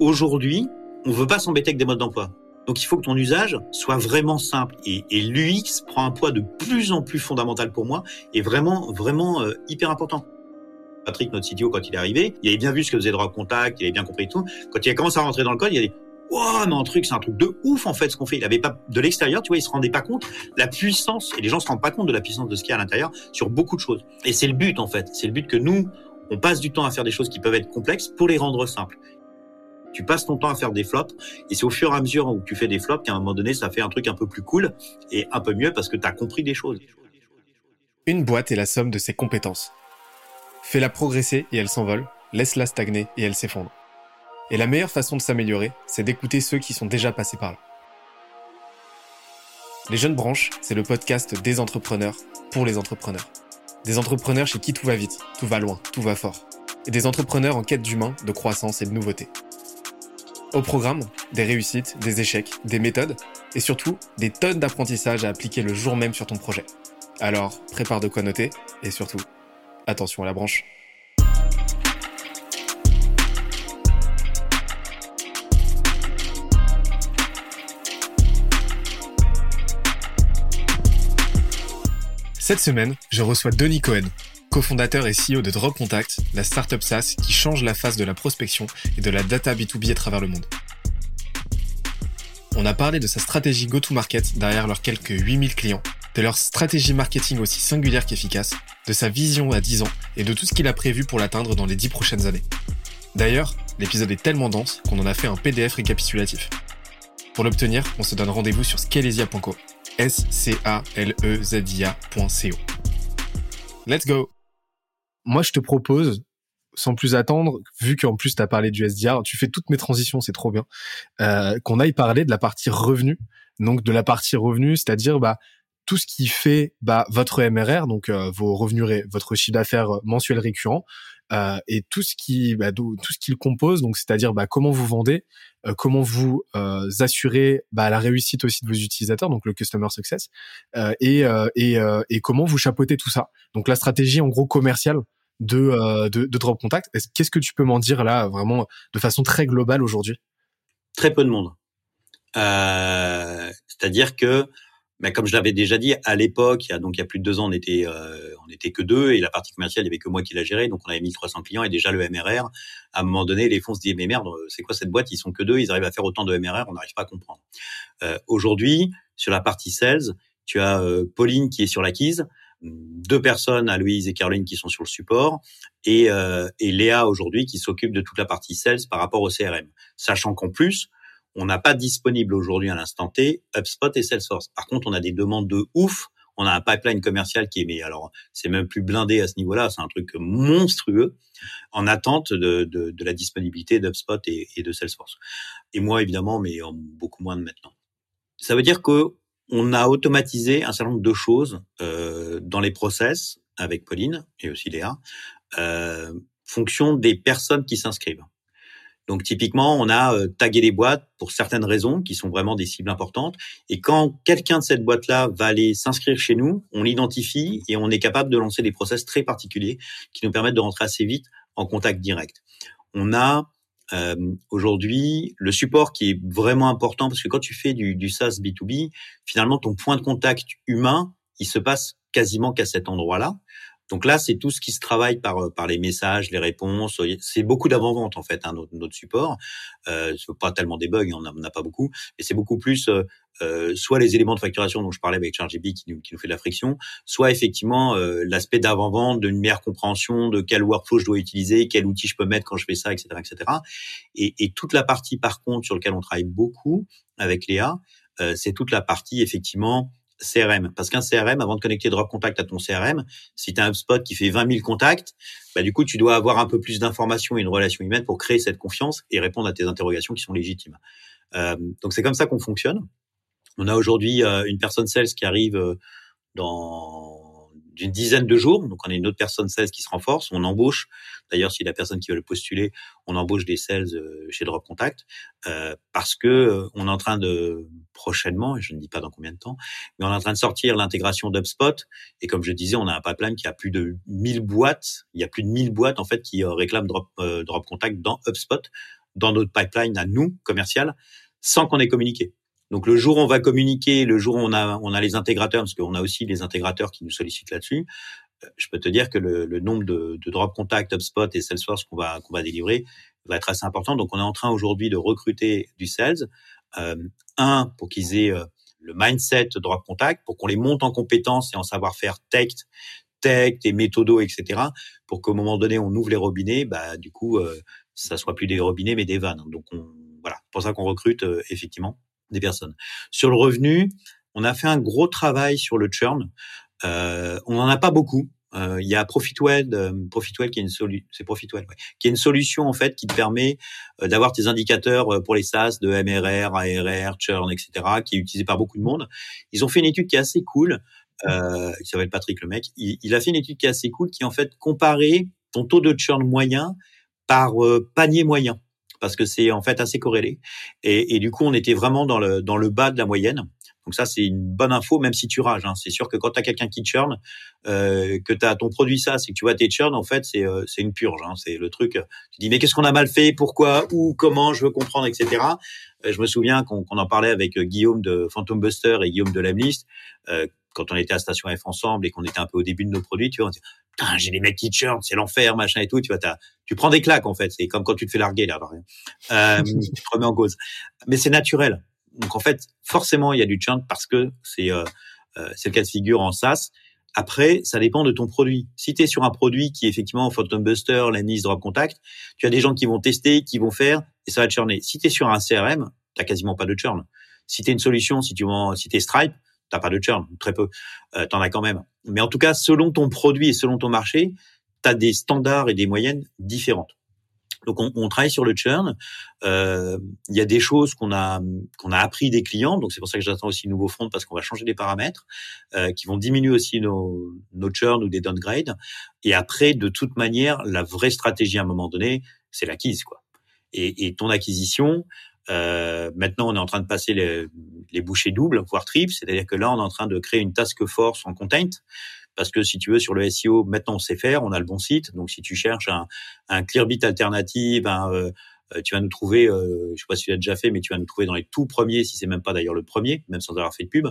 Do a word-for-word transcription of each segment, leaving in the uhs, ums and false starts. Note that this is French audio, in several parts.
Aujourd'hui, on veut pas s'embêter avec des modes d'emploi. Donc il faut que ton usage soit vraiment simple. Et, et l'U X prend un poids de plus en plus fondamental pour moi et vraiment, vraiment euh, hyper important. Patrick, notre C T O, quand il est arrivé, il avait bien vu ce que faisait Drop Contact, il avait bien compris tout. Quand il a commencé à rentrer dans le code, il a dit « Wow, mais un truc, c'est un truc de ouf en fait ce qu'on fait ». Il avait pas de l'extérieur, tu vois, il se rendait pas compte la puissance, et les gens se rendent pas compte de la puissance de ce qu'il y a à l'intérieur sur beaucoup de choses. Et c'est le but en fait, c'est le but que nous, on passe du temps à faire des choses qui peuvent être complexes pour les rendre simples. Tu passes ton temps à faire des flops et c'est au fur et à mesure où tu fais des flops qu'à un moment donné, ça fait un truc un peu plus cool et un peu mieux parce que tu as compris des choses. Une boîte est la somme de ses compétences. Fais-la progresser et elle s'envole, laisse-la stagner et elle s'effondre. Et la meilleure façon de s'améliorer, c'est d'écouter ceux qui sont déjà passés par là. Les Jeunes Branches, c'est le podcast des entrepreneurs pour les entrepreneurs. Des entrepreneurs chez qui tout va vite, tout va loin, tout va fort. Et des entrepreneurs en quête d'humain, de croissance et de nouveauté. Au programme, des réussites, des échecs, des méthodes et surtout des tonnes d'apprentissages à appliquer le jour même sur ton projet. Alors, prépare de quoi noter et surtout, attention à la branche. Cette semaine, je reçois Denis Cohen, cofondateur et C E O de Drop Contact, la startup SaaS qui change la face de la prospection et de la data B deux B à travers le monde. On a parlé de sa stratégie go-to-market derrière leurs quelques huit mille clients, de leur stratégie marketing aussi singulière qu'efficace, de sa vision à dix ans et de tout ce qu'il a prévu pour l'atteindre dans les dix prochaines années. D'ailleurs, l'épisode est tellement dense qu'on en a fait un P D F récapitulatif. Pour l'obtenir, on se donne rendez-vous sur scalezia point co, S C A L E Z I A point C O. Let's go! Moi, je te propose, sans plus attendre, vu qu'en plus tu as parlé du S D R, tu fais toutes mes transitions, c'est trop bien, euh, qu'on aille parler de la partie revenu. Donc de la partie revenu, c'est-à-dire bah tout ce qui fait bah votre M R R, donc euh, vos revenus, ré- votre chiffre d'affaires mensuel récurrent, euh, et tout ce qui bah, tout ce qui le compose, donc c'est-à-dire bah comment vous vendez, euh, comment vous euh, assurez bah la réussite aussi de vos utilisateurs, donc le customer success, euh, et euh, et euh, et comment vous chapeautez tout ça. Donc la stratégie en gros commerciale de euh, de, de Drop Contact. Est-ce, qu'est-ce que tu peux m'en dire là vraiment de façon très globale aujourd'hui? Très peu de monde. Euh, c'est-à-dire que Mais comme je l'avais déjà dit, à l'époque, il y a donc il y a plus de deux ans, on était euh, on était que deux et la partie commerciale, il y avait que moi qui la gérais, donc on avait mille trois cents clients et déjà le M R R. À un moment donné, les fonds se disaient mais merde, c'est quoi cette boîte? Ils sont que deux, ils arrivent à faire autant de M R R, on n'arrive pas à comprendre. Euh, aujourd'hui, sur la partie sales, tu as euh, Pauline qui est sur l'acquise, deux personnes, Aloïse et Caroline qui sont sur le support et euh, et Léa aujourd'hui qui s'occupe de toute la partie sales par rapport au C R M, sachant qu'en plus on n'a pas disponible aujourd'hui à l'instant T HubSpot et Salesforce. Par contre, on a des demandes de ouf. On a un pipeline commercial qui est, mais alors, c'est même plus blindé à ce niveau-là. C'est un truc monstrueux en attente de, de, de la disponibilité d'HubSpot et, et de Salesforce. Et moi, évidemment, mais en beaucoup moins de maintenant. Ça veut dire que on a automatisé un certain nombre de choses euh, dans les process avec Pauline et aussi Léa, euh, fonction des personnes qui s'inscrivent. Donc typiquement, on a euh, tagué les boîtes pour certaines raisons qui sont vraiment des cibles importantes. Et quand quelqu'un de cette boîte-là va aller s'inscrire chez nous, on l'identifie et on est capable de lancer des process très particuliers qui nous permettent de rentrer assez vite en contact direct. On a euh, aujourd'hui le support qui est vraiment important parce que quand tu fais du, du SaaS B deux B, finalement ton point de contact humain, il se passe quasiment qu'à cet endroit-là. Donc là, c'est tout ce qui se travaille par par les messages, les réponses. C'est beaucoup d'avant-vente en fait, hein, notre, notre support. Euh, c'est pas tellement des bugs, on n'a on a pas beaucoup, mais c'est beaucoup plus euh, euh, soit les éléments de facturation dont je parlais avec ChargeBee qui nous qui nous fait de la friction, soit effectivement euh, l'aspect d'avant-vente, d'une meilleure compréhension de quel workflow je dois utiliser, quel outil je peux mettre quand je fais ça, et cetera, et cetera. Et, et toute la partie par contre sur laquelle on travaille beaucoup avec Léa, euh, c'est toute la partie effectivement C R M. Parce qu'un C R M, avant de connecter Drop Contact à ton C R M, si tu as un HubSpot qui fait vingt mille contacts, bah, du coup, tu dois avoir un peu plus d'informations et une relation humaine pour créer cette confiance et répondre à tes interrogations qui sont légitimes. Euh, donc, c'est comme ça qu'on fonctionne. On a aujourd'hui euh, une personne sales qui arrive euh, dans d'une dizaine de jours. Donc, on a une autre personne sales qui se renforce. On embauche. D'ailleurs, si la personne qui veut le postuler, on embauche des sales euh, chez Drop Contact euh, parce que euh, on est en train de prochainement, et je ne dis pas dans combien de temps, mais on est en train de sortir l'intégration d'HubSpot. Et comme je disais, on a un pipeline qui a plus de mille boîtes. Il y a plus de mille boîtes en fait qui euh, réclament Drop, euh, Drop Contact dans HubSpot. dans notre pipeline à nous, commercial, sans qu'on ait communiqué. Donc, le jour où on va communiquer, le jour où on a, on a les intégrateurs, parce qu'on a aussi des intégrateurs qui nous sollicitent là-dessus, je peux te dire que le, le nombre de, de drop contact, HubSpot et Salesforce qu'on va, qu'on va délivrer va être assez important. Donc, on est en train aujourd'hui de recruter du sales. Euh, un, pour qu'ils aient euh, le mindset drop contact, pour qu'on les monte en compétences et en savoir-faire tech, tech, et méthodos, et cetera, pour qu'au moment donné, on ouvre les robinets, bah, du coup, euh, ça soit plus des robinets, mais des vannes. Donc, on, voilà. C'est pour ça qu'on recrute, euh, effectivement, des personnes. Sur le revenu, on a fait un gros travail sur le churn. Euh, on n'en a pas beaucoup. Euh, il y a Profitwell, euh, Profitwell qui est une solution, c'est Profitwell, ouais, qui est une solution en fait qui te permet euh, d'avoir tes indicateurs pour les SaaS de M R R, A R R, churn, et cetera, qui est utilisé par beaucoup de monde. Ils ont fait une étude qui est assez cool. Euh, il s'appelle Patrick le mec. Il, il a fait une étude qui est assez cool, qui en fait comparait ton taux de churn moyen par euh, panier moyen, parce que c'est en fait assez corrélé. Et, et du coup, on était vraiment dans le dans le bas de la moyenne. Donc ça, c'est une bonne info, même si tu rages. Hein. C'est sûr que quand tu as quelqu'un qui churn, euh, que tu as ton produit ça, c'est que tu vois tes churn, en fait, c'est euh, c'est une purge. Hein. C'est le truc, tu dis, mais qu'est-ce qu'on a mal fait, pourquoi, où, comment, je veux comprendre, et cetera. Euh, je me souviens qu'on, qu'on en parlait avec Guillaume de Phantom Buster et Guillaume de Lemlist, euh, quand on était à Station F ensemble et qu'on était un peu au début de nos produits, tu vois, on dit, putain, j'ai des mecs qui churn, c'est l'enfer, machin et tout, tu vois, t'as, tu prends des claques, en fait. C'est comme quand tu te fais larguer, là, euh, tu te remets en cause. Mais c'est naturel. Donc en fait, forcément, il y a du churn parce que c'est euh, euh, c'est le cas de figure en SaaS. Après, ça dépend de ton produit. Si tu es sur un produit qui est effectivement Phantom Buster, Lemlist, Drop Contact, tu as des gens qui vont tester, qui vont faire, et ça va te churner. Si tu es sur un C R M, t'as quasiment pas de churn. Si tu es une solution, si tu vends, si t'es Stripe, t'as pas de churn, très peu. Euh, t'en as quand même. Mais en tout cas, selon ton produit et selon ton marché, t'as des standards et des moyennes différentes. Donc on, on travaille sur le churn. Euh, il y a des choses qu'on a qu'on a appris des clients, donc c'est pour ça que j'attends aussi nouveau front parce qu'on va changer les paramètres euh, qui vont diminuer aussi nos nos churn ou des downgrades. Et après, de toute manière, la vraie stratégie à un moment donné, c'est l'acquise, quoi. Et, et ton acquisition. Euh, maintenant, on est en train de passer les, les bouchées doubles, voire triples, c'est-à-dire que là, on est en train de créer une task force en content. Parce que si tu veux, sur le S E O, maintenant on sait faire, on a le bon site. Donc si tu cherches un, un Clearbit alternative, un, euh, tu vas nous trouver, euh, je sais pas si tu l'as déjà fait, mais tu vas nous trouver dans les tout premiers, si c'est même pas d'ailleurs le premier, même sans avoir fait de pub.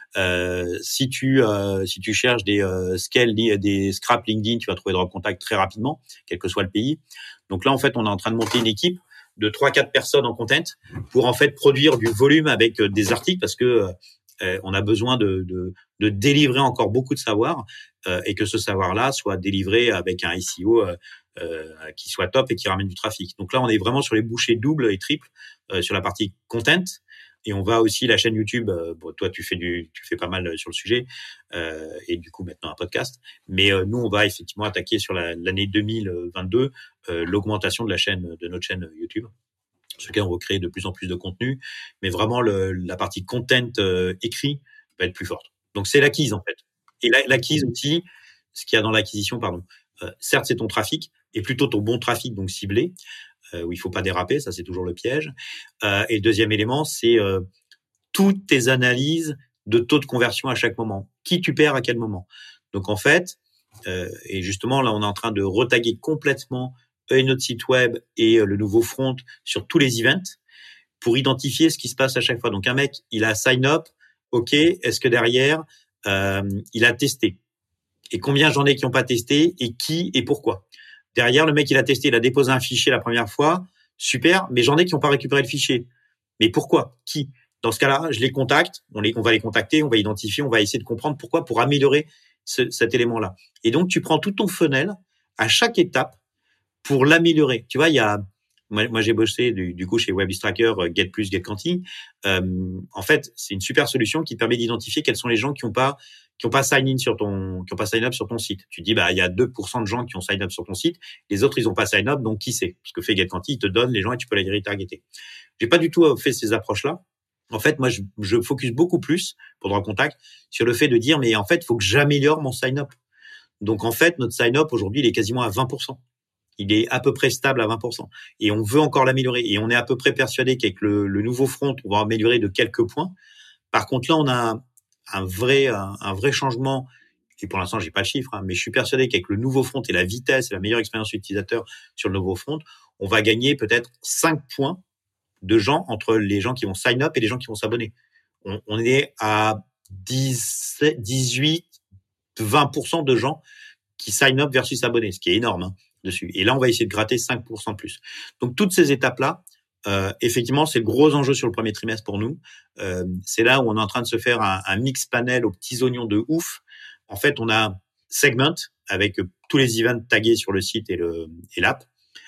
Euh, si tu euh, si tu cherches des euh, scale, des scrap LinkedIn, tu vas trouver Drop Contact très rapidement, quel que soit le pays. Donc là, en fait, on est en train de monter une équipe de trois quatre personnes en content pour en fait produire du volume avec des articles parce que euh, on a besoin de, de, de délivrer encore beaucoup de savoir euh, et que ce savoir-là soit délivré avec un S E O euh, euh, qui soit top et qui ramène du trafic. Donc là, on est vraiment sur les bouchées doubles et triples euh, sur la partie content. Et on va aussi la chaîne YouTube. Euh, bon, toi, tu fais du, tu fais pas mal sur le sujet euh, et du coup maintenant un podcast. Mais euh, nous, on va effectivement attaquer sur la, l'année deux mille vingt-deux euh, l'augmentation de la chaîne, de notre chaîne YouTube. Sur lequel on va créer de plus en plus de contenu, mais vraiment le, la partie content euh, écrit va être plus forte. Donc c'est l'acquise en fait. Et la, l'acquise aussi, ce qu'il y a dans l'acquisition, pardon. Euh, certes, c'est ton trafic et plutôt ton bon trafic donc ciblé euh, où il faut pas déraper, ça c'est toujours le piège. Euh, et le deuxième élément, c'est euh, toutes tes analyses de taux de conversion à chaque moment. Qui tu perds à quel moment. Donc en fait, euh, et justement là, on est en train de retaguer complètement et notre site web et le nouveau front sur tous les events pour identifier ce qui se passe à chaque fois. Donc un mec, il a sign up, ok, est-ce que derrière euh, il a testé et combien j'en ai qui n'ont pas testé et qui et pourquoi. Derrière, le mec il a testé, il a déposé un fichier la première fois, super, mais j'en ai qui n'ont pas récupéré le fichier. Mais pourquoi? Qui? Dans ce cas-là, je les contacte, on les, on va les contacter, on va identifier, on va essayer de comprendre pourquoi pour améliorer ce, cet élément-là. Et donc tu prends tout ton funnel à chaque étape pour l'améliorer. Tu vois, il y a, moi, moi j'ai bossé du, du coup chez Webistracker, Get Plus, Get Quanti. Euh, en fait, c'est une super solution qui te permet d'identifier quels sont les gens qui ont pas, qui ont pas sign in sur ton, qui ont pas sign up sur ton site. Tu dis, bah, il y a deux pour cent de gens qui ont sign up sur ton site. Les autres, ils ont pas sign up, donc qui c'est? Parce que fait Get Quanti, il te donne les gens et tu peux les retargeter. J'ai pas du tout fait ces approches-là. En fait, moi, je, je focus beaucoup plus, pour Drop Contact, sur le fait de dire, mais en fait, il faut que j'améliore mon sign up. Donc, en fait, notre sign up aujourd'hui, il est quasiment à vingt pour cent. Il est à peu près stable à vingt pour cent. Et on veut encore l'améliorer. Et on est à peu près persuadé qu'avec le, le nouveau front, on va améliorer de quelques points. Par contre, là, on a un vrai, un, un vrai changement. Et pour l'instant, j'ai pas le chiffre, hein, mais je suis persuadé qu'avec le nouveau front et la vitesse et la meilleure expérience utilisateur sur le nouveau front, on va gagner peut-être cinq points de gens entre les gens qui vont sign up et les gens qui vont s'abonner. On, on est à dix, dix-huit, vingt pour cent de gens qui sign up versus abonnés, ce qui est énorme hein, dessus. Et là, on va essayer de gratter cinq pour cent de plus. Donc, toutes ces étapes-là, euh, effectivement, c'est le gros enjeu sur le premier trimestre pour nous. Euh, c'est là où on est en train de se faire un, un mix panel aux petits oignons de ouf. En fait, on a Segment avec tous les events tagués sur le site et, le, et l'app,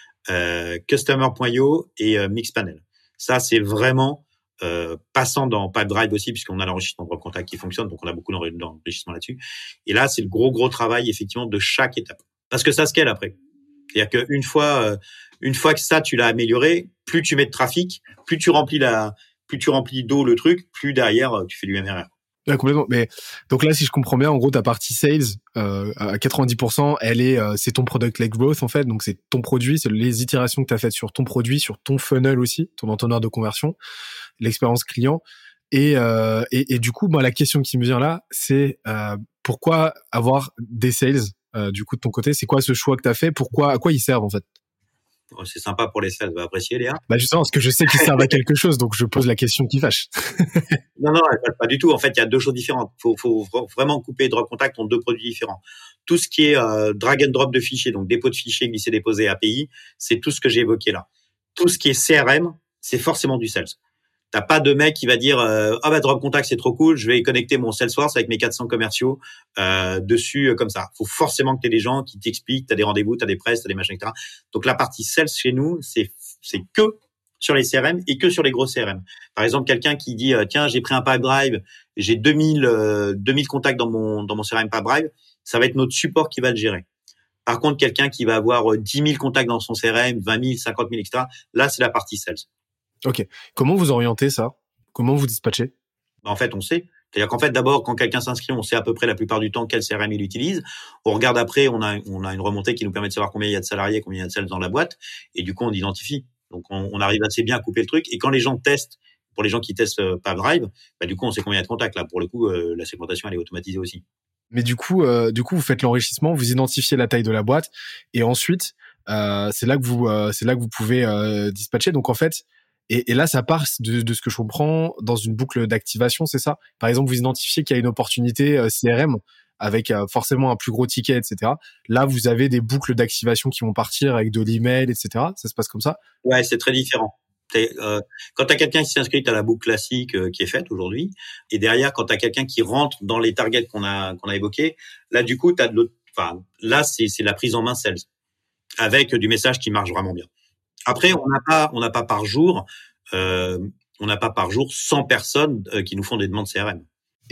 euh, Customer point io et euh, Mixpanel. Ça, c'est vraiment euh, passant dans Pipedrive aussi, puisqu'on a l'enrichissement de contact qui fonctionne, donc on a beaucoup d'enrichissement là-dessus. Et là, c'est le gros, gros travail, effectivement, de chaque étape. Parce que ça scale après. C'est-à-dire qu'une fois, euh, une fois que ça, tu l'as amélioré, plus tu mets de trafic, plus tu remplis la, plus tu remplis d'eau le truc, plus derrière, tu fais du M R R. Ouais, complètement. Mais donc là, si je comprends bien, en gros, ta partie sales euh, à quatre-vingt-dix pour cent, elle est, euh, c'est ton product-led growth en fait. Donc c'est ton produit, c'est les itérations que tu as faites sur ton produit, sur ton funnel aussi, ton entonnoir de conversion, l'expérience client. Et, euh, et, et du coup, moi, la question qui me vient là, c'est euh, pourquoi avoir des sales euh, du coup de ton côté. C'est quoi ce choix que tu as fait? Pourquoi, à quoi ils servent en fait? C'est sympa pour les sales, va apprécier Léa. Bah justement, parce que je sais qu'ils servent à quelque chose, donc je pose la question qui fâche. Non, non, pas du tout. En fait, il y a deux choses différentes. Il faut, faut vraiment couper Drop Contact en deux produits différents. Tout ce qui est euh, drag and drop de fichiers, donc dépôt de fichiers, glisser, déposer, A P I, c'est tout ce que j'ai évoqué là. Tout ce qui est C R M, c'est forcément du sales. T'as pas de mec qui va dire euh, ah bah Drop Contact c'est trop cool, je vais connecter mon Salesforce avec mes quatre cents commerciaux euh, dessus euh, comme ça. Faut forcément que t'aies des gens qui t'expliquent, t'as des rendez-vous, t'as des presses, t'as des machins, et cetera. Donc la partie sales chez nous, c'est c'est que sur les C R M et que sur les gros C R M. Par exemple, quelqu'un qui dit euh, tiens j'ai pris un Pipedrive, j'ai deux mille euh, deux mille contacts dans mon dans mon C R M Pipedrive, ça va être notre support qui va le gérer. Par contre, quelqu'un qui va avoir dix mille contacts dans son C R M, vingt mille, cinquante mille, et cetera. Là, c'est la partie sales. Ok. Comment vous orientez ça? Comment vous dispatchez? En fait, on sait. C'est-à-dire qu'en fait, d'abord, quand quelqu'un s'inscrit, on sait à peu près la plupart du temps quel C R M il utilise. On regarde après, on a, on a une remontée qui nous permet de savoir combien il y a de salariés, combien il y a de sales dans la boîte. Et du coup, on identifie. Donc, on, on arrive assez bien à couper le truc. Et quand les gens testent, pour les gens qui testent euh, Pipedrive, bah, du coup, on sait combien il y a de contacts. Là, pour le coup, euh, la segmentation, elle est automatisée aussi. Mais du coup, euh, du coup, vous faites l'enrichissement, vous identifiez la taille de la boîte, et ensuite, euh, c'est là que vous, euh, c'est là que vous pouvez euh, dispatcher. Donc en fait, et, et là, ça part de, de ce que je comprends dans une boucle d'activation, c'est ça. Par exemple, vous identifiez qu'il y a une opportunité euh, C R M avec euh, forcément un plus gros ticket, et cetera. Là, vous avez des boucles d'activation qui vont partir avec de l'email, et cetera. Ça se passe comme ça? Ouais, c'est très différent. Euh, quand tu as quelqu'un qui s'inscrit, tu as la boucle classique euh, qui est faite aujourd'hui. Et derrière, quand tu as quelqu'un qui rentre dans les targets qu'on a qu'on a évoqués, là, du coup, tu as de l'autre. Enfin, là, c'est, c'est la prise en main sales avec du message qui marche vraiment bien. Après, on n'a pas, on n'a pas par jour, euh, on n'a pas par jour cent personnes euh, qui nous font des demandes C R M.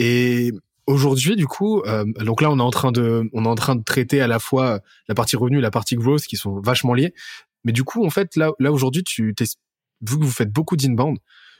Et aujourd'hui, du coup, euh, donc là, on est en train de, on est en train de traiter à la fois la partie revenu et la partie growth qui sont vachement liées. Mais du coup, en fait, là, là aujourd'hui, tu t'es vu que vous faites beaucoup d'inbound,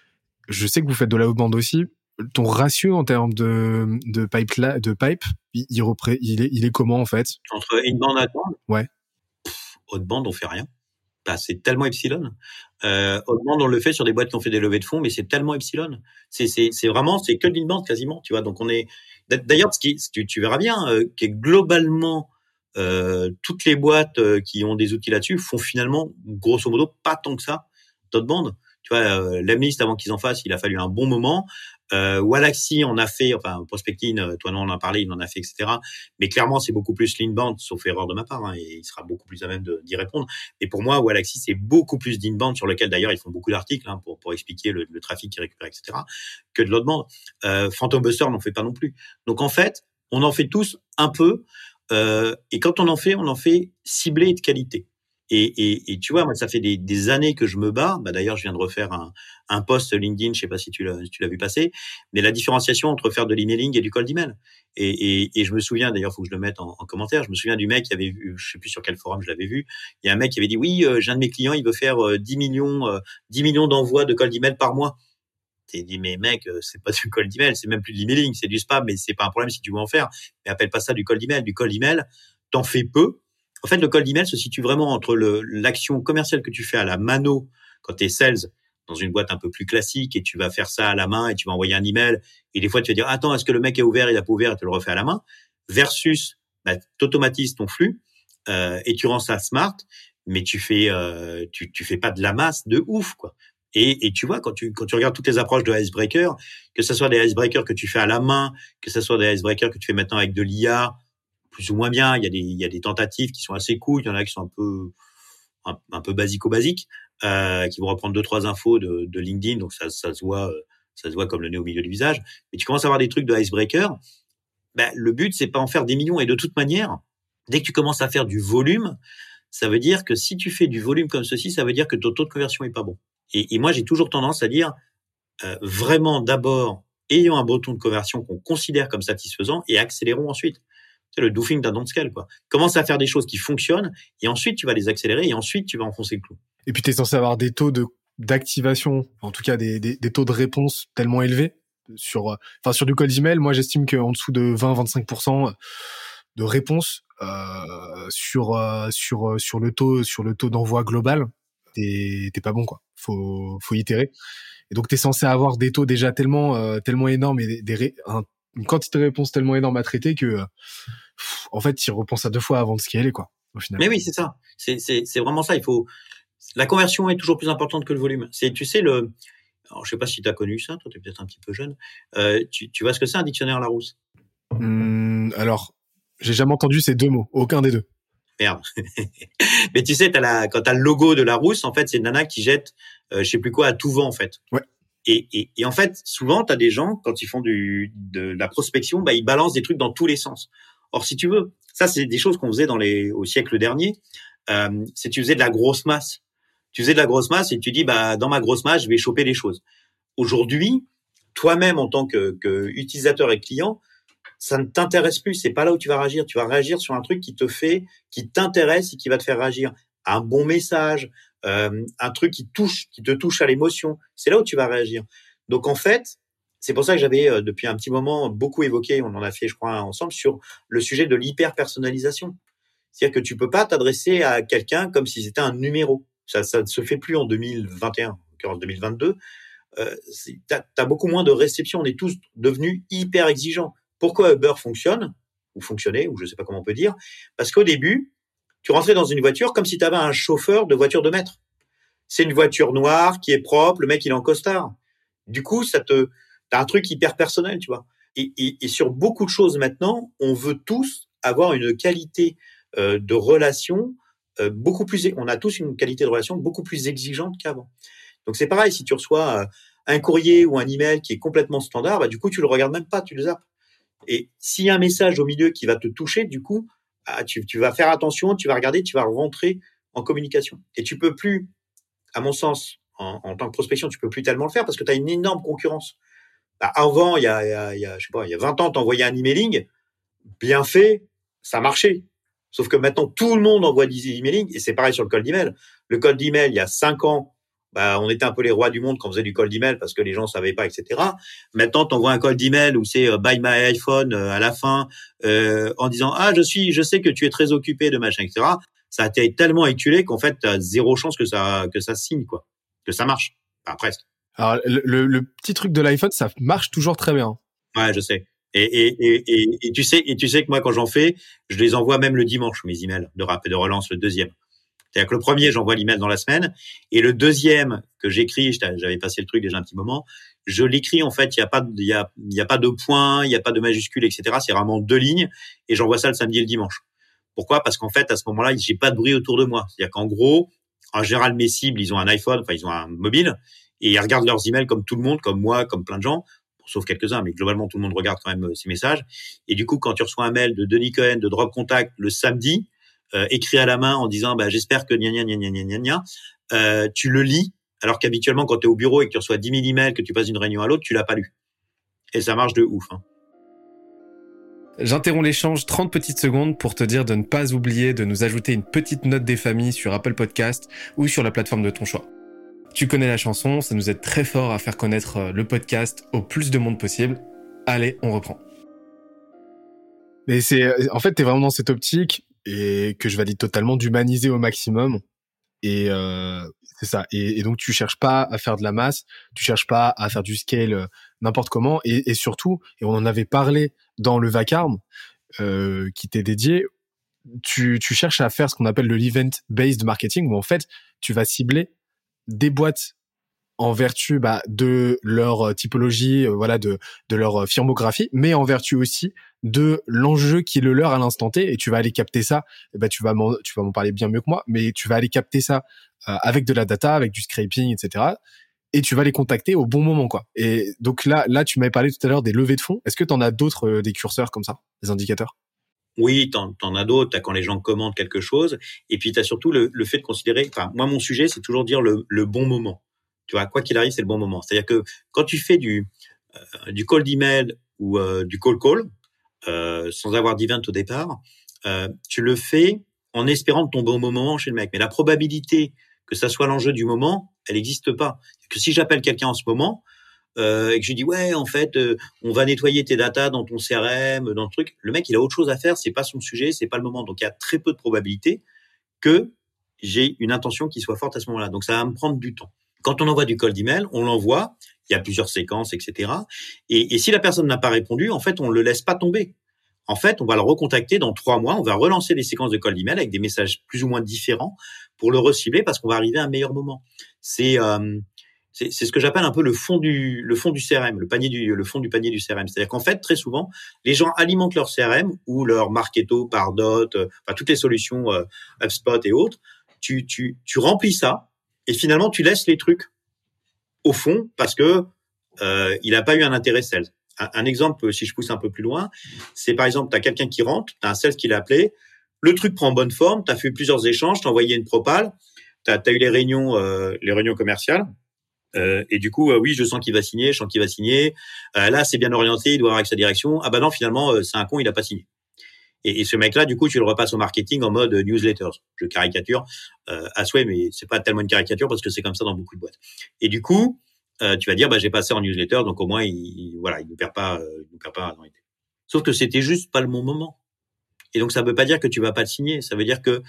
je sais que vous faites de l'outbound aussi. Ton ratio en termes de de pipe de pipe, il il, repré, il est il est comment en fait? Entre inbound et outbound. Ouais. Outbound, on fait rien. Bah, c'est tellement epsilon. Euh, outbound, on le fait sur des boîtes qui ont fait des levées de fonds, mais c'est tellement epsilon. C'est c'est c'est vraiment c'est que de l'inbound quasiment, tu vois. Donc on est d'ailleurs ce qui tu, tu verras bien euh, que globalement euh, toutes les boîtes euh, qui ont des outils là-dessus font finalement grosso modo pas tant que ça d'outbound. Tu vois, euh, l'Amlist, avant qu'ils en fassent, il a fallu un bon moment. Euh, Wallaxy en a fait, enfin, Prospecting, toi non, on en a parlé, il en a fait, et cetera. Mais clairement, c'est beaucoup plus l'inbound, sauf erreur de ma part, hein, et il sera beaucoup plus à même de, d'y répondre. Et pour moi, Wallaxy, c'est beaucoup plus d'inbound, sur lequel d'ailleurs ils font beaucoup d'articles hein, pour pour expliquer le, le trafic qu'ils récupèrent, et cetera, que de l'outbound. Euh, Phantom Buster n'en fait pas non plus. Donc en fait, on en fait tous un peu, euh, et quand on en fait, on en fait ciblé et de qualité. Et, et, et tu vois, moi, ça fait des, des années que je me bats. Bah, d'ailleurs, je viens de refaire un, un post LinkedIn, je sais pas si tu l'as, si tu l'as vu passer, mais la différenciation entre faire de l'emailing et du cold email. Et, et, et je me souviens, d'ailleurs, faut que je le mette en, en commentaire. Je me souviens du mec qui avait vu, je sais plus sur quel forum je l'avais vu. Il y a un mec qui avait dit oui, euh, j'ai un de mes clients, il veut faire euh, dix millions, euh, dix millions d'envois de cold email par mois. T'es dit mais mec, euh, c'est pas du cold email, c'est même plus de l'emailing, c'est du spam, mais c'est pas un problème si tu veux en faire. Mais appelle pas ça du cold email. Du cold email, t'en fais peu. En fait, le cold email se situe vraiment entre le, l'action commerciale que tu fais à la mano quand tu es sales dans une boîte un peu plus classique et tu vas faire ça à la main et tu vas envoyer un email et des fois tu vas dire attends, est-ce que le mec est ouvert, il a pas ouvert et tu le refais à la main versus bah, t'automatises ton flux euh, et tu rends ça smart. mais tu fais, euh, tu, tu fais pas de la masse de ouf, quoi. Et, et tu vois, quand tu, quand tu regardes toutes les approches de icebreaker, que ce soit des icebreakers que tu fais à la main, que ce soit des icebreakers que tu fais maintenant avec de l'I A, plus ou moins bien, il y a des, il y a des tentatives qui sont assez cool, il y en a qui sont un peu, un, un peu basico-basique, euh, qui vont reprendre deux, trois infos de, de LinkedIn, donc ça, ça se voit, ça se voit comme le nez au milieu du visage. Mais tu commences à avoir des trucs de icebreaker, ben, le but, c'est pas en faire des millions. Et de toute manière, dès que tu commences à faire du volume, ça veut dire que si tu fais du volume comme ceci, ça veut dire que ton taux de conversion est pas bon. Et, et moi, j'ai toujours tendance à dire, euh, vraiment, d'abord, ayons un bon taux de conversion qu'on considère comme satisfaisant et accélérons ensuite. C'est le doing d'un don't scale, quoi. Commence à faire des choses qui fonctionnent et ensuite, tu vas les accélérer et ensuite, tu vas enfoncer le clou. Et puis, tu es censé avoir des taux de, d'activation, en tout cas des, des, des taux de réponse tellement élevés sur, enfin, sur du cold email. Moi, j'estime qu'en dessous de vingt à vingt-cinq pour cent de réponse, euh, sur, euh, sur, sur le taux, sur le taux d'envoi global, t'es, t'es pas bon, quoi. Faut, faut itérer. Et donc, t'es censé avoir des taux déjà tellement, euh, tellement énormes et des, des ré, un, une quantité de réponses tellement énorme à traiter que, euh, pff, en fait, tu repenses à deux fois avant de scaler, quoi, au final. Mais oui, c'est ça. C'est, c'est, c'est vraiment ça. Il faut, la conversion est toujours plus importante que le volume. C'est, tu sais, le, alors, je sais pas si tu as connu ça, toi, tu es peut-être un petit peu jeune. Euh, tu, tu vois ce que c'est un dictionnaire Larousse? Hum, alors, j'ai jamais entendu ces deux mots, aucun des deux. Merde. Mais tu sais, t'as la, quand t'as le logo de Larousse, en fait, c'est une nana qui jette, euh, je sais plus quoi, à tout vent, en fait. Ouais. Et, et, et en fait, souvent, t'as des gens, quand ils font du, de la prospection, bah, ils balancent des trucs dans tous les sens. Or, si tu veux, ça, c'est des choses qu'on faisait dans les, au siècle dernier. Euh, c'est tu faisais de la grosse masse. Tu faisais de la grosse masse et tu dis, bah, dans ma grosse masse, je vais choper les choses. Aujourd'hui, toi-même, en tant que, que utilisateur et client, ça ne t'intéresse plus. C'est pas là où tu vas réagir. Tu vas réagir sur un truc qui te fait, qui t'intéresse et qui va te faire réagir. Un bon message, euh, un truc qui touche, qui te touche à l'émotion. C'est là où tu vas réagir. Donc, en fait, c'est pour ça que j'avais, euh, depuis un petit moment, beaucoup évoqué, on en a fait, je crois, ensemble, sur le sujet de l'hyper-personnalisation. C'est-à-dire que tu peux pas t'adresser à quelqu'un comme si c'était un numéro. Ça, ça ne se fait plus en deux mille vingt et un, en l'occurrence deux mille vingt-deux. Euh, t'as, t'as beaucoup moins de réception. On est tous devenus hyper exigeants. Pourquoi Uber fonctionne, ou fonctionnait, ou je sais pas comment on peut dire, parce qu'au début, tu rentrais dans une voiture comme si tu avais un chauffeur de voiture de maître. C'est une voiture noire qui est propre, le mec il est en costard. Du coup, ça te, t'as un truc hyper personnel, tu vois. Et, et, et sur beaucoup de choses maintenant, on veut tous avoir une qualité euh, de relation euh, beaucoup plus, on a tous une qualité de relation beaucoup plus exigeante qu'avant. Donc c'est pareil, si tu reçois euh, un courrier ou un email qui est complètement standard, bah du coup tu le regardes même pas, tu le zappes. Et s'il y a un message au milieu qui va te toucher, du coup, ah, tu, tu vas faire attention, tu vas regarder, tu vas rentrer en communication. Et tu peux plus, à mon sens, en, en tant que prospection, tu peux plus tellement le faire parce que tu as une énorme concurrence. Bah, avant, il y a, il y a, il y a, je sais pas, il y a vingt ans, t'envoyais un emailing, bien fait, ça marchait. Sauf que maintenant, tout le monde envoie des emailing, et c'est pareil sur le cold email. Le cold email, il y a cinq ans, bah, on était un peu les rois du monde quand on faisait du cold email parce que les gens savaient pas, et cetera. Maintenant, t'envoies un cold email où c'est euh, buy my iPhone euh, à la fin, euh, en disant ah je suis, je sais que tu es très occupé de machin, et cetera. Ça a été tellement éculé qu'en fait, t'as zéro chance que ça que ça signe quoi, que ça marche. Enfin, presque. Alors le, le, le petit truc de l'iPhone, ça marche toujours très bien. Ouais, je sais. Et, et, et, et, et tu sais, et tu sais que moi quand j'en fais, je les envoie même le dimanche mes emails de rappel de relance, le deuxième. C'est-à-dire que le premier, j'envoie l'email dans la semaine, et le deuxième que j'écris, j'avais passé le truc déjà un petit moment, je l'écris en fait, il y a pas, il y a, il y a pas de points, il y a pas de majuscules, et cetera. C'est vraiment deux lignes, et j'envoie ça le samedi et le dimanche. Pourquoi ? Parce qu'en fait, à ce moment-là, j'ai pas de bruit autour de moi. C'est-à-dire qu'en gros, en général, mes cibles, ils ont un iPhone, enfin ils ont un mobile, et ils regardent leurs emails comme tout le monde, comme moi, comme plein de gens, sauf quelques-uns, mais globalement tout le monde regarde quand même ces messages. Et du coup, quand tu reçois un mail de Denis Cohen de Drop Contact le samedi, Euh, écrit à la main en disant bah j'espère que gna gna gna gna gna gna, euh, tu le lis alors qu'habituellement quand tu es au bureau et que tu reçois dix mille emails, que tu passes d'une réunion à l'autre, tu l'as pas lu. Et ça marche de ouf. Hein. J'interromps l'échange trente petites secondes pour te dire de ne pas oublier de nous ajouter une petite note des familles sur Apple Podcast ou sur la plateforme de ton choix. Tu connais la chanson, ça nous aide très fort à faire connaître le podcast au plus de monde possible. Allez, on reprend. Mais c'est, en fait, t'es vraiment dans cette optique et que je valide totalement d'humaniser au maximum. Et euh, c'est ça. Et, et donc tu cherches pas à faire de la masse, tu cherches pas à faire du scale euh, n'importe comment. Et, et surtout, et on en avait parlé dans le vacarme euh, qui t'est dédié, tu, tu cherches à faire ce qu'on appelle le l'event-based marketing, où en fait, tu vas cibler des boîtes en vertu bah, de leur typologie, euh, voilà, de, de leur firmographie, mais en vertu aussi de l'enjeu qui est le leur à l'instant T, et tu vas aller capter ça, et bah, tu vas m'en, tu vas m'en parler bien mieux que moi, mais tu vas aller capter ça euh, avec de la data, avec du scraping, et cetera, et tu vas les contacter au bon moment, quoi. Et donc là, là, tu m'avais parlé tout à l'heure des levées de fonds. Est-ce que tu en as d'autres, euh, des curseurs comme ça, des indicateurs? Oui, t'en, t'en as d'autres. T'as quand les gens commandent quelque chose. Et puis, t'as surtout le, le fait de considérer, enfin, moi, mon sujet, c'est toujours dire le, le bon moment. Tu vois, quoi qu'il arrive, c'est le bon moment. C'est-à-dire que quand tu fais du, euh, du cold email ou euh, du call call, euh, sans avoir d'event au départ, euh, tu le fais en espérant ton bon moment chez le mec. Mais la probabilité que ça soit l'enjeu du moment, elle n'existe pas. Que si j'appelle quelqu'un en ce moment, euh, et que je lui dis ouais en fait euh, on va nettoyer tes datas dans ton C R M, dans le truc, le mec il a autre chose à faire, c'est pas son sujet, c'est pas le moment, donc il y a très peu de probabilité que j'ai une intention qui soit forte à ce moment-là, donc ça va me prendre du temps. Quand on envoie du cold email, on l'envoie, il y a plusieurs séquences, et cetera. Et, et si la personne n'a pas répondu, en fait on le laisse pas tomber. En fait, on va le recontacter dans trois mois, on va relancer les séquences de cold email avec des messages plus ou moins différents pour le recibler parce qu'on va arriver à un meilleur moment. C'est euh, C'est, c'est ce que j'appelle un peu le fond du le fond du C R M, le panier du le fond du panier du C R M. C'est-à-dire qu'en fait, très souvent, les gens alimentent leur C R M ou leur Marketo, Pardot, euh, enfin toutes les solutions euh, HubSpot et autres. Tu tu tu remplis ça et finalement tu laisses les trucs au fond parce que euh, il a pas eu un intérêt sales. Un, un exemple, si je pousse un peu plus loin, c'est par exemple, tu as quelqu'un qui rentre, tu as un sales qui l'a appelé, le truc prend bonne forme, tu as fait plusieurs échanges, tu as envoyé une propale, tu as eu les réunions euh, les réunions commerciales. Euh, et du coup, euh, oui, je sens qu'il va signer, je sens qu'il va signer. Euh, là, c'est bien orienté, il doit avoir avec sa direction. Ah bah non, finalement, euh, c'est un con, il a pas signé. Et, et ce mec-là, du coup, tu le repasses au marketing en mode newsletters. Je caricature euh, à souhait, mais c'est pas tellement une caricature parce que c'est comme ça dans beaucoup de boîtes. Et du coup, euh, tu vas dire, bah j'ai passé en newsletter, donc au moins, il, il voilà, il ne perd pas, euh, il ne perd pas. Sauf que c'était juste pas le bon moment. Et donc, ça veut pas dire que tu vas pas le signer. Ça veut dire que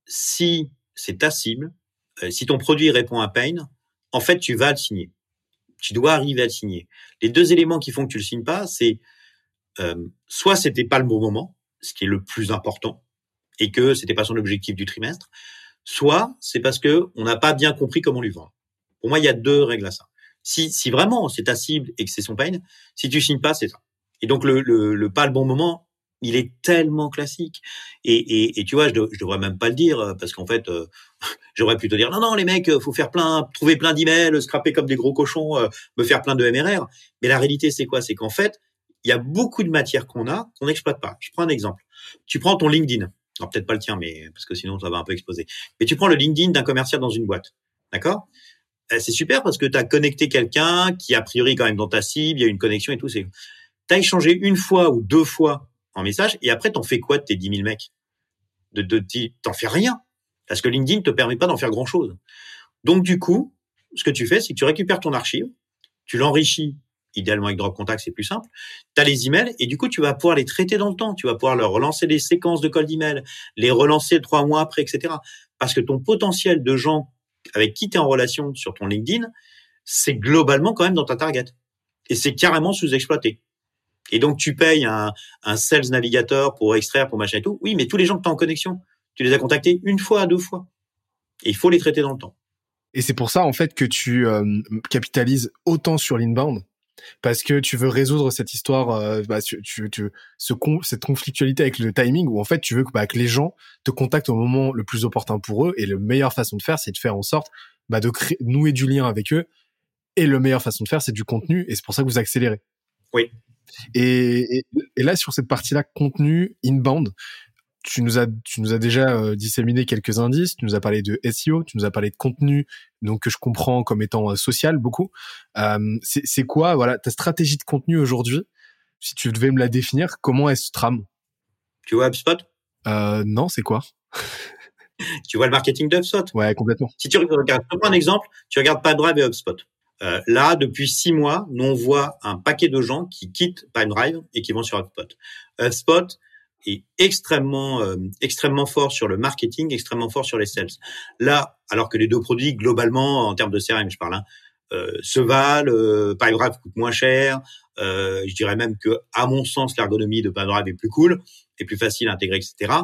si c'est ta cible, euh, si ton produit répond à pain, en fait, tu vas le signer. Tu dois arriver à le signer. Les deux éléments qui font que tu le signes pas, c'est euh, soit c'était pas le bon moment, ce qui est le plus important, et que c'était pas son objectif du trimestre, soit c'est parce que on n'a pas bien compris comment lui vendre. Pour moi, il y a deux règles à ça. Si, si vraiment c'est ta cible et que c'est son pain, si tu signes pas, c'est ça. Et donc le, le, le pas le bon moment, il est tellement classique. Et, et, et tu vois, je, de, je devrais même pas le dire parce qu'en fait, euh, j'aurais plutôt dire non, non, les mecs, faut faire plein, trouver plein d'emails, scraper comme des gros cochons, euh, me faire plein de M R R. Mais la réalité, c'est quoi? C'est qu'en fait, il y a beaucoup de matières qu'on a qu'on n'exploite pas. Je prends un exemple. Tu prends ton LinkedIn. Alors peut-être pas le tien, mais parce que sinon ça va un peu exploser. Mais tu prends le LinkedIn d'un commercial dans une boîte, d'accord? C'est super parce que tu as connecté quelqu'un qui a priori quand même dans ta cible, il y a une connexion et tout. C'est... T'as échangé une fois ou deux fois en message et après t'en fais quoi de tes dix mille mecs? De, de, de, t'en fais rien parce que LinkedIn te permet pas d'en faire grand chose. Donc du coup, ce que tu fais, c'est que tu récupères ton archive, tu l'enrichis. Idéalement avec Drop Contact, c'est plus simple. Tu as les emails et du coup, tu vas pouvoir les traiter dans le temps. Tu vas pouvoir leur relancer des séquences de cold email, les relancer trois mois après, et cetera. Parce que ton potentiel de gens avec qui tu es en relation sur ton LinkedIn, c'est globalement quand même dans ta target. Et c'est carrément sous-exploité. Et donc, tu payes un, un sales navigateur pour extraire, pour machin et tout. Oui, mais tous les gens que tu as en connexion, tu les as contactés une fois, deux fois. Et il faut les traiter dans le temps. Et c'est pour ça, en fait, que tu euh, capitalises autant sur l'inbound. Parce que tu veux résoudre cette histoire, euh, bah, tu, tu, tu, ce con, cette conflictualité avec le timing, où en fait tu veux que, bah, que les gens te contactent au moment le plus opportun pour eux, et la meilleure façon de faire, c'est de faire en sorte bah, de créer, nouer du lien avec eux, et la meilleure façon de faire, c'est du contenu, et c'est pour ça que vous accélérez. Oui. Et, et, et là, sur cette partie-là, contenu, inbound, tu nous as, tu nous as déjà euh, disséminé quelques indices, tu nous as parlé de S E O, tu nous as parlé de contenu, donc que je comprends comme étant euh, social beaucoup. Euh, c'est, c'est quoi, voilà, ta stratégie de contenu aujourd'hui? Si tu devais me la définir, comment elle se trame? Tu vois HubSpot? Euh, non, c'est quoi? Tu vois le marketing d'HubSpot? Ouais, complètement. Si tu regardes, je prends un exemple, tu regardes PipeDrive et HubSpot. Euh, là, depuis six mois, nous on voit un paquet de gens qui quittent PipeDrive et qui vont sur HubSpot. HubSpot est extrêmement euh, extrêmement fort sur le marketing, extrêmement fort sur les sales. Là, alors que les deux produits globalement en termes de C R M, je parle, hein, euh, se valent, euh, PipeDrive coûte moins cher. Euh, je dirais même que, à mon sens, l'ergonomie de PipeDrive est plus cool, est plus facile à intégrer, et cetera.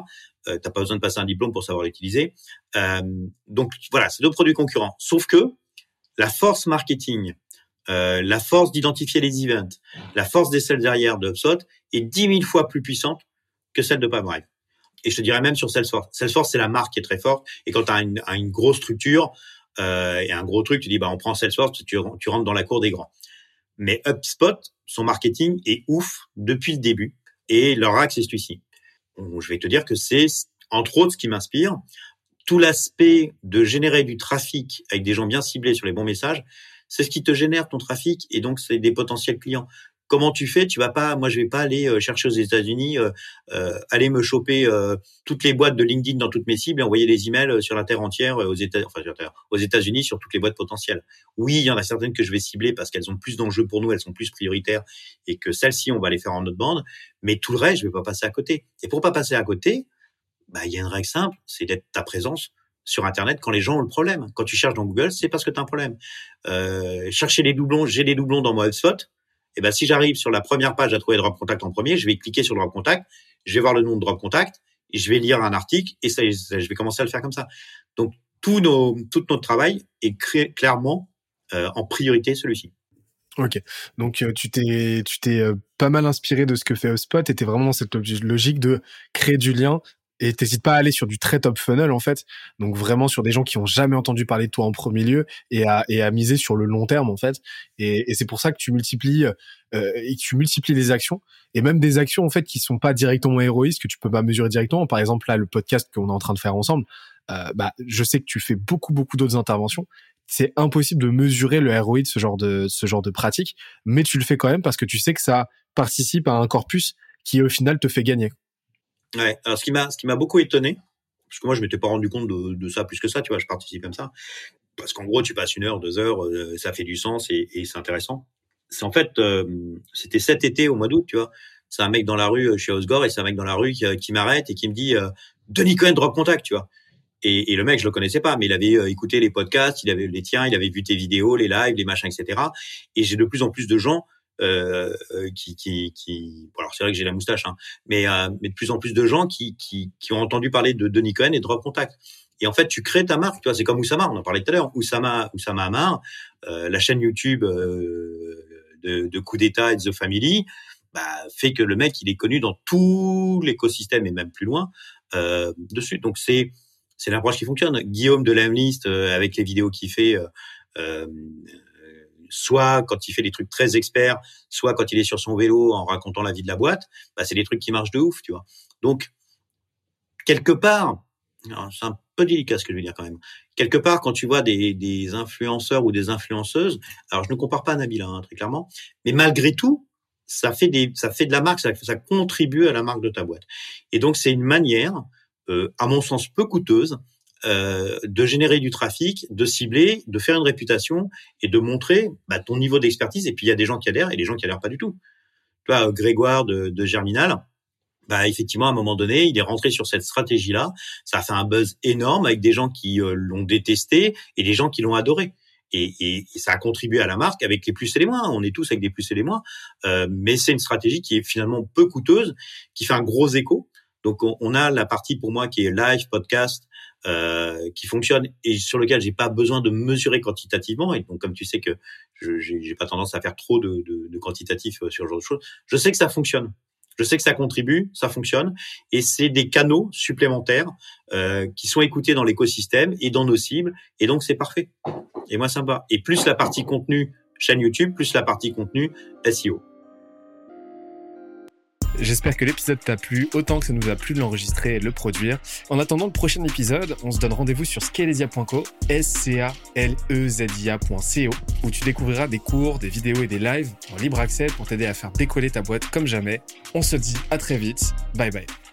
Euh, t'as pas besoin de passer un diplôme pour savoir l'utiliser. Euh, donc voilà, c'est deux produits concurrents. Sauf que la force marketing, euh, la force d'identifier les events, la force des sales derrière de HubSpot est dix mille fois plus puissante que celle de Pipedrive. Et je te dirais même sur Salesforce. Salesforce, c'est la marque qui est très forte. Et quand tu as une, une grosse structure euh, et un gros truc, tu dis bah on prend Salesforce, tu, tu rentres dans la cour des grands. Mais HubSpot, son marketing est ouf depuis le début et leur axe c'est celui-ci. Je vais te dire que c'est entre autres ce qui m'inspire. Tout l'aspect de générer du trafic avec des gens bien ciblés sur les bons messages, c'est ce qui te génère ton trafic et donc c'est des potentiels clients. Comment tu fais? Tu vas pas, moi je vais pas aller chercher aux États-Unis, euh, euh, aller me choper euh, toutes les boîtes de LinkedIn dans toutes mes cibles et envoyer des emails sur la terre entière aux États, enfin aux États-Unis sur toutes les boîtes potentielles. Oui, il y en a certaines que je vais cibler parce qu'elles ont plus d'enjeux pour nous, elles sont plus prioritaires et que celles-ci on va les faire en notre bande. Mais tout le reste, je vais pas passer à côté. Et pour pas passer à côté, bah il y a une règle simple, c'est d'être ta présence sur Internet quand les gens ont le problème. Quand tu cherches dans Google, c'est parce que tu as un problème. Euh, chercher les doublons, j'ai des doublons dans mon HubSpot. Et ben si j'arrive sur la première page à trouver Drop Contact en premier, je vais cliquer sur Drop Contact, je vais voir le nom de Drop Contact et je vais lire un article et ça, je vais commencer à le faire comme ça. Donc tout nos tout notre travail est créé, clairement euh, en priorité celui-ci. Ok, donc euh, tu t'es tu t'es euh, pas mal inspiré de ce que fait HubSpot et t'es vraiment dans cette logique de créer du lien. Et t'hésites pas à aller sur du très top funnel, en fait. Donc vraiment sur des gens qui ont jamais entendu parler de toi en premier lieu et à, et à miser sur le long terme, en fait. Et, et c'est pour ça que tu multiplies, euh, et que tu multiplies les actions et même des actions, en fait, qui sont pas directement héroïstes, que tu peux pas mesurer directement. Par exemple, là, le podcast qu'on est en train de faire ensemble, euh, bah, je sais que tu fais beaucoup, beaucoup d'autres interventions. C'est impossible de mesurer le R O I de ce genre de, ce genre de pratique, mais tu le fais quand même parce que tu sais que ça participe à un corpus qui, au final, te fait gagner. Ouais. Alors ce qui m'a, ce qui m'a beaucoup étonné, parce que moi je m'étais pas rendu compte de, de ça plus que ça, tu vois, je participe comme ça, parce qu'en gros tu passes une heure, deux heures, euh, ça fait du sens et, et c'est intéressant. C'est en fait, euh, c'était cet été au mois d'août, tu vois. C'est un mec dans la rue chez Osgore et c'est un mec dans la rue qui, qui m'arrête et qui me dit euh, Denis Cohen Drop Contact, tu vois. Et, et le mec je le connaissais pas, mais il avait euh, écouté les podcasts, il avait les tiens, il avait vu tes vidéos, les lives, les machins, et cetera. Et j'ai de plus en plus de gens. Euh, qui, qui, qui, bon alors c'est vrai que j'ai la moustache, hein, mais, euh, mais de plus en plus de gens qui, qui, qui ont entendu parler de Denis Cohen et de Drop Contact. Et en fait, tu crées ta marque, tu vois, c'est comme Oussama, on en parlait tout à l'heure, Oussama, Oussama Hamar, euh, la chaîne YouTube euh, de, de Coup d'État et de The Family, bah, fait que le mec, il est connu dans tout l'écosystème et même plus loin euh, dessus. Donc c'est, c'est l'approche qui fonctionne. Guillaume de l'Aimlist, euh, avec les vidéos qu'il fait. Euh, euh, soit quand il fait des trucs très experts, soit quand il est sur son vélo en racontant la vie de la boîte, bah c'est des trucs qui marchent de ouf, tu vois. Donc, quelque part, alors c'est un peu délicat ce que je veux dire quand même, quelque part, quand tu vois des, des influenceurs ou des influenceuses, alors je ne compare pas à Nabila, hein, très clairement, mais malgré tout, ça fait des, ça fait de la marque, ça, ça contribue à la marque de ta boîte. Et donc, c'est une manière, euh, à mon sens, peu coûteuse, Euh, de générer du trafic, de cibler, de faire une réputation et de montrer bah, ton niveau d'expertise. Et puis, il y a des gens qui adhèrent et des gens qui adhèrent pas du tout. Tu vois, Grégoire de, de Germinal, bah, effectivement, à un moment donné, il est rentré sur cette stratégie-là. Ça a fait un buzz énorme avec des gens qui euh, l'ont détesté et des gens qui l'ont adoré. Et, et, et ça a contribué à la marque avec les plus et les moins. On est tous avec des plus et les moins. Euh, mais c'est une stratégie qui est finalement peu coûteuse, qui fait un gros écho. Donc, on, on a la partie pour moi qui est live, podcast, Euh, qui fonctionne et sur lequel j'ai pas besoin de mesurer quantitativement. Et donc, comme tu sais que je, j'ai, j'ai pas tendance à faire trop de, de, de quantitatif sur ce genre de choses, je sais que ça fonctionne. Je sais que ça contribue, ça fonctionne, et c'est des canaux supplémentaires euh, qui sont écoutés dans l'écosystème et dans nos cibles, et donc c'est parfait. Et moi, ça me va. Et plus la partie contenu chaîne YouTube, plus la partie contenu S E O. J'espère que l'épisode t'a plu autant que ça nous a plu de l'enregistrer et de le produire. En attendant le prochain épisode, on se donne rendez-vous sur scalezia point co, S C A L E Z I A point C O, où tu découvriras des cours, des vidéos et des lives en libre accès pour t'aider à faire décoller ta boîte comme jamais. On se dit à très vite. Bye bye.